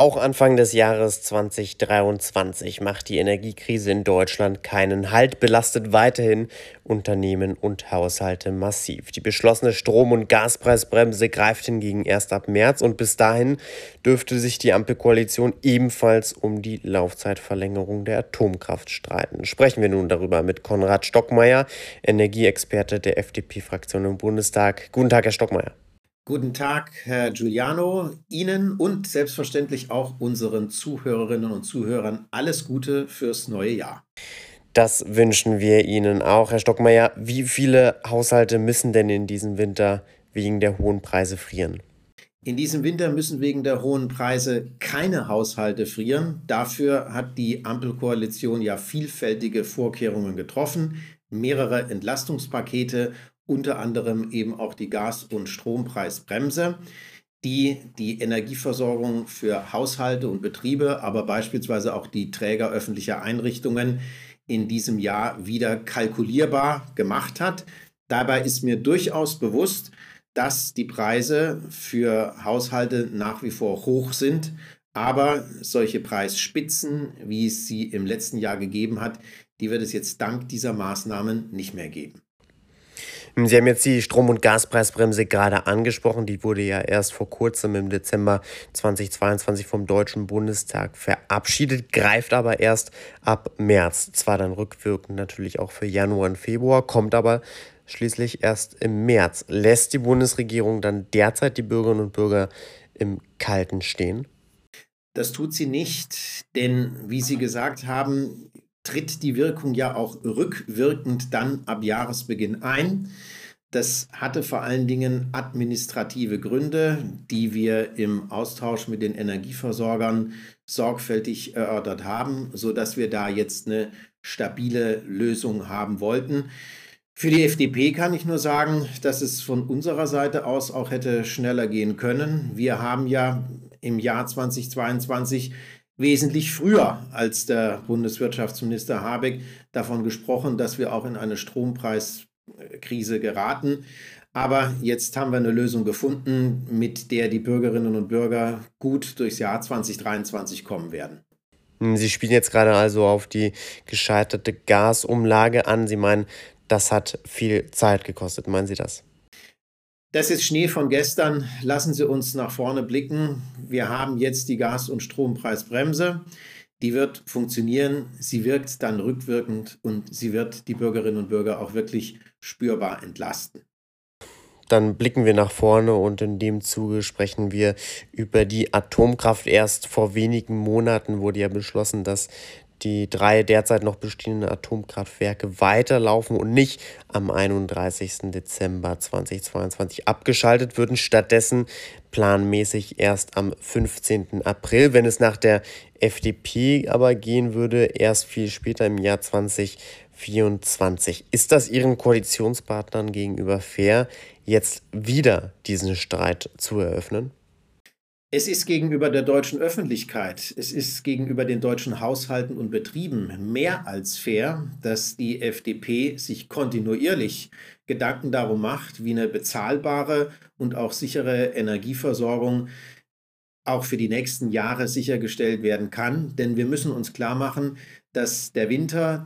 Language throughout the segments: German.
Auch Anfang des Jahres 2023 macht die Energiekrise in Deutschland keinen Halt, belastet weiterhin Unternehmen und Haushalte massiv. Die beschlossene Strom- und Gaspreisbremse greift hingegen erst ab März und bis dahin dürfte sich die Ampelkoalition ebenfalls um die Laufzeitverlängerung der Atomkraft streiten. Sprechen wir nun darüber mit Konrad Stockmeier, Energieexperte der FDP-Fraktion im Bundestag. Guten Tag, Herr Stockmeier. Guten Tag, Herr Giuliano. Ihnen und selbstverständlich auch unseren Zuhörerinnen und Zuhörern alles Gute fürs neue Jahr. Das wünschen wir Ihnen auch, Herr Stockmeier. Wie viele Haushalte müssen denn in diesem Winter wegen der hohen Preise frieren? In diesem Winter müssen wegen der hohen Preise keine Haushalte frieren. Dafür hat die Ampelkoalition ja vielfältige Vorkehrungen getroffen, mehrere Entlastungspakete, unter anderem eben auch die Gas- und Strompreisbremse, die die Energieversorgung für Haushalte und Betriebe, aber beispielsweise auch die Träger öffentlicher Einrichtungen in diesem Jahr wieder kalkulierbar gemacht hat. Dabei ist mir durchaus bewusst, dass die Preise für Haushalte nach wie vor hoch sind, aber solche Preisspitzen, wie es sie im letzten Jahr gegeben hat, die wird es jetzt dank dieser Maßnahmen nicht mehr geben. Sie haben jetzt die Strom- und Gaspreisbremse gerade angesprochen. Die wurde ja erst vor kurzem im Dezember 2022 vom Deutschen Bundestag verabschiedet, greift aber erst ab März. Zwar dann rückwirkend natürlich auch für Januar und Februar, kommt aber schließlich erst im März. Lässt die Bundesregierung dann derzeit die Bürgerinnen und Bürger im Kalten stehen? Das tut sie nicht, denn wie Sie gesagt haben, tritt die Wirkung ja auch rückwirkend dann ab Jahresbeginn ein. Das hatte vor allen Dingen administrative Gründe, die wir im Austausch mit den Energieversorgern sorgfältig erörtert haben, sodass wir da jetzt eine stabile Lösung haben wollten. Für die FDP kann ich nur sagen, dass es von unserer Seite aus auch hätte schneller gehen können. Wir haben ja im Jahr 2022 wesentlich früher als der Bundeswirtschaftsminister Habeck davon gesprochen, dass wir auch in eine Strompreiskrise geraten. Aber jetzt haben wir eine Lösung gefunden, mit der die Bürgerinnen und Bürger gut durchs Jahr 2023 kommen werden. Sie spielen jetzt gerade also auf die gescheiterte Gasumlage an. Sie meinen, das hat viel Zeit gekostet. Meinen Sie das? Das ist Schnee von gestern. Lassen Sie uns nach vorne blicken. Wir haben jetzt die Gas- und Strompreisbremse. Die wird funktionieren. Sie wirkt dann rückwirkend und sie wird die Bürgerinnen und Bürger auch wirklich spürbar entlasten. Dann blicken wir nach vorne und in dem Zuge sprechen wir über die Atomkraft. Erst vor wenigen Monaten wurde ja beschlossen, dass die 3 derzeit noch bestehenden Atomkraftwerke weiterlaufen und nicht am 31. Dezember 2022 abgeschaltet würden. Stattdessen planmäßig erst am 15. April. Wenn es nach der FDP aber gehen würde, erst viel später im Jahr 2024. Ist das Ihren Koalitionspartnern gegenüber fair, jetzt wieder diesen Streit zu eröffnen? Es ist gegenüber der deutschen Öffentlichkeit, es ist gegenüber den deutschen Haushalten und Betrieben mehr als fair, dass die FDP sich kontinuierlich Gedanken darum macht, wie eine bezahlbare und auch sichere Energieversorgung auch für die nächsten Jahre sichergestellt werden kann. Denn wir müssen uns klar machen, dass der Winter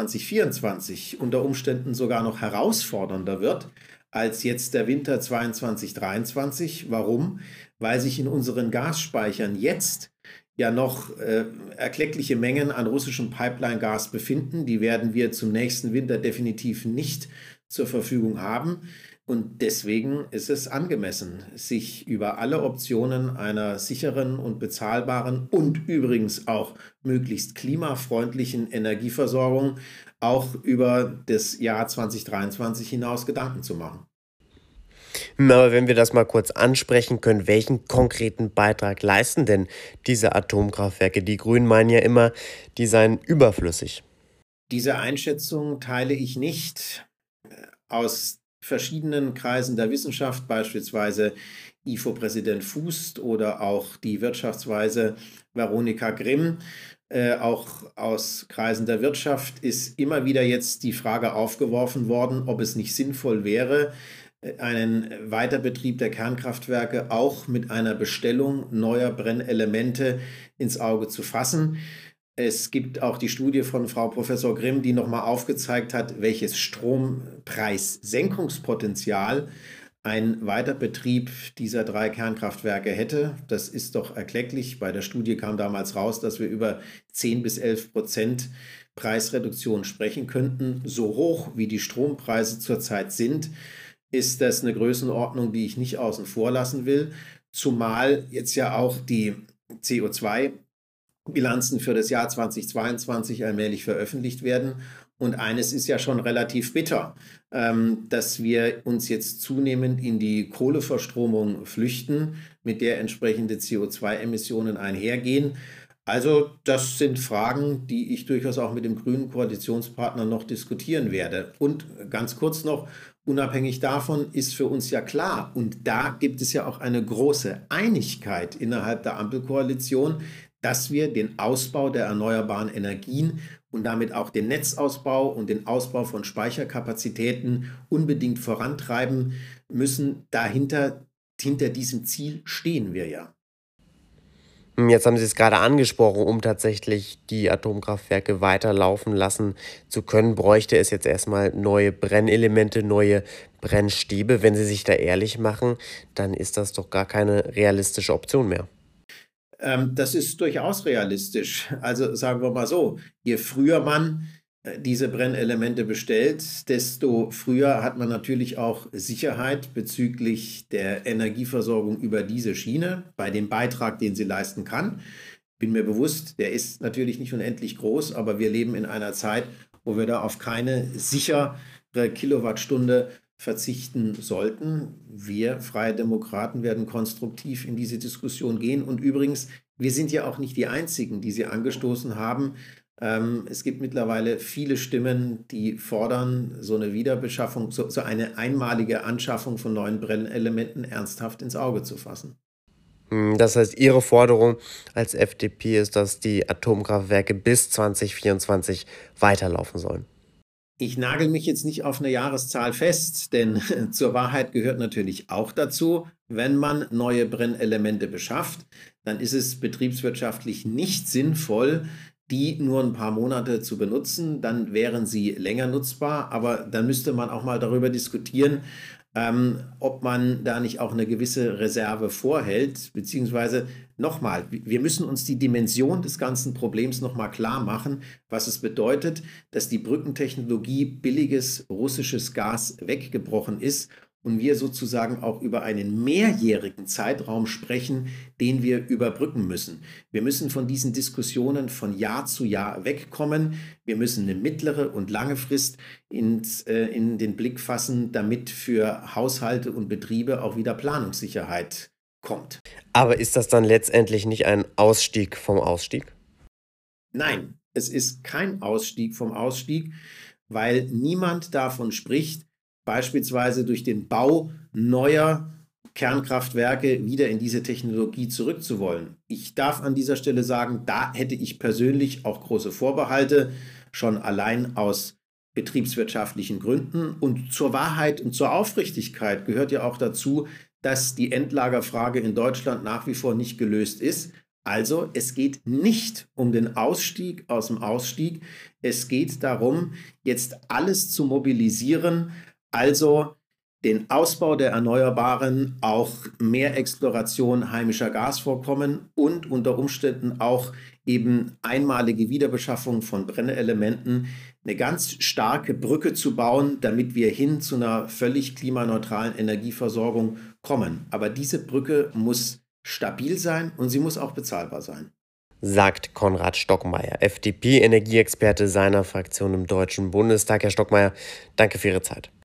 23/24 unter Umständen sogar noch herausfordernder wird als jetzt der Winter 22/23. Warum? Weil sich in unseren Gasspeichern jetzt ja noch erkleckliche Mengen an russischem Pipeline-Gas befinden. Die werden wir zum nächsten Winter definitiv nicht zur Verfügung haben. Und deswegen ist es angemessen, sich über alle Optionen einer sicheren und bezahlbaren und übrigens auch möglichst klimafreundlichen Energieversorgung auch über das Jahr 2023 hinaus Gedanken zu machen. Aber wenn wir das mal kurz ansprechen können, welchen konkreten Beitrag leisten denn diese Atomkraftwerke? Die Grünen meinen ja immer, die seien überflüssig. Diese Einschätzung teile ich nicht. Aus verschiedenen Kreisen der Wissenschaft, beispielsweise IFO-Präsident Fußt oder auch die Wirtschaftsweise Veronika Grimm, auch aus Kreisen der Wirtschaft ist immer wieder jetzt die Frage aufgeworfen worden, ob es nicht sinnvoll wäre, einen Weiterbetrieb der Kernkraftwerke auch mit einer Bestellung neuer Brennelemente ins Auge zu fassen. Es gibt auch die Studie von Frau Professor Grimm, die nochmal aufgezeigt hat, welches Strompreissenkungspotenzial ein Weiterbetrieb dieser 3 Kernkraftwerke hätte. Das ist doch erklecklich. Bei der Studie kam damals raus, dass wir über 10-11% Preisreduktion sprechen könnten. So hoch wie die Strompreise zurzeit sind, ist das eine Größenordnung, die ich nicht außen vor lassen will. Zumal jetzt ja auch die CO2-Bilanzen für das Jahr 2022 allmählich veröffentlicht werden. Und eines ist ja schon relativ bitter, dass wir uns jetzt zunehmend in die Kohleverstromung flüchten, mit der entsprechende CO2-Emissionen einhergehen. Also das sind Fragen, die ich durchaus auch mit dem grünen Koalitionspartner noch diskutieren werde. Und ganz kurz noch, unabhängig davon ist für uns ja klar, und da gibt es ja auch eine große Einigkeit innerhalb der Ampelkoalition, dass wir den Ausbau der erneuerbaren Energien und damit auch den Netzausbau und den Ausbau von Speicherkapazitäten unbedingt vorantreiben müssen. Hinter diesem Ziel stehen wir ja. Jetzt haben Sie es gerade angesprochen, um tatsächlich die Atomkraftwerke weiterlaufen lassen zu können, bräuchte es jetzt erstmal neue Brennelemente, neue Brennstäbe. Wenn Sie sich da ehrlich machen, dann ist das doch gar keine realistische Option mehr. Das ist durchaus realistisch. Also sagen wir mal so, je früher man diese Brennelemente bestellt, desto früher hat man natürlich auch Sicherheit bezüglich der Energieversorgung über diese Schiene, bei dem Beitrag, den sie leisten kann. Bin mir bewusst, der ist natürlich nicht unendlich groß, aber wir leben in einer Zeit, wo wir da auf keine sichere Kilowattstunde verzichten sollten. Wir Freie Demokraten werden konstruktiv in diese Diskussion gehen. Und übrigens, wir sind ja auch nicht die Einzigen, die sie angestoßen haben. Es gibt mittlerweile viele Stimmen, die fordern, so eine Wiederbeschaffung, so eine einmalige Anschaffung von neuen Brennelementen ernsthaft ins Auge zu fassen. Das heißt, Ihre Forderung als FDP ist, dass die Atomkraftwerke bis 2024 weiterlaufen sollen. Ich nagel mich jetzt nicht auf eine Jahreszahl fest, denn zur Wahrheit gehört natürlich auch dazu, wenn man neue Brennelemente beschafft, dann ist es betriebswirtschaftlich nicht sinnvoll, die nur ein paar Monate zu benutzen, dann wären sie länger nutzbar, aber dann müsste man auch mal darüber diskutieren, ob man da nicht auch eine gewisse Reserve vorhält, beziehungsweise nochmal, wir müssen uns die Dimension des ganzen Problems nochmal klar machen, was es bedeutet, dass die Brückentechnologie billiges russisches Gas weggebrochen ist und wir sozusagen auch über einen mehrjährigen Zeitraum sprechen, den wir überbrücken müssen. Wir müssen von diesen Diskussionen von Jahr zu Jahr wegkommen. Wir müssen eine mittlere und lange Frist in den Blick fassen, damit für Haushalte und Betriebe auch wieder Planungssicherheit kommt. Aber ist das dann letztendlich nicht ein Ausstieg vom Ausstieg? Nein, es ist kein Ausstieg vom Ausstieg, weil niemand davon spricht, beispielsweise durch den Bau neuer Kernkraftwerke wieder in diese Technologie zurückzuwollen. Ich darf an dieser Stelle sagen, da hätte ich persönlich auch große Vorbehalte, schon allein aus betriebswirtschaftlichen Gründen. Und zur Wahrheit und zur Aufrichtigkeit gehört ja auch dazu, dass die Endlagerfrage in Deutschland nach wie vor nicht gelöst ist. Also es geht nicht um den Ausstieg aus dem Ausstieg. Es geht darum, jetzt alles zu mobilisieren, also den Ausbau der Erneuerbaren, auch mehr Exploration heimischer Gasvorkommen und unter Umständen auch eben einmalige Wiederbeschaffung von Brennelementen, eine ganz starke Brücke zu bauen, damit wir hin zu einer völlig klimaneutralen Energieversorgung kommen. Aber diese Brücke muss stabil sein und sie muss auch bezahlbar sein. Sagt Konrad Stockmeier, FDP-Energieexperte seiner Fraktion im Deutschen Bundestag. Herr Stockmeier, danke für Ihre Zeit.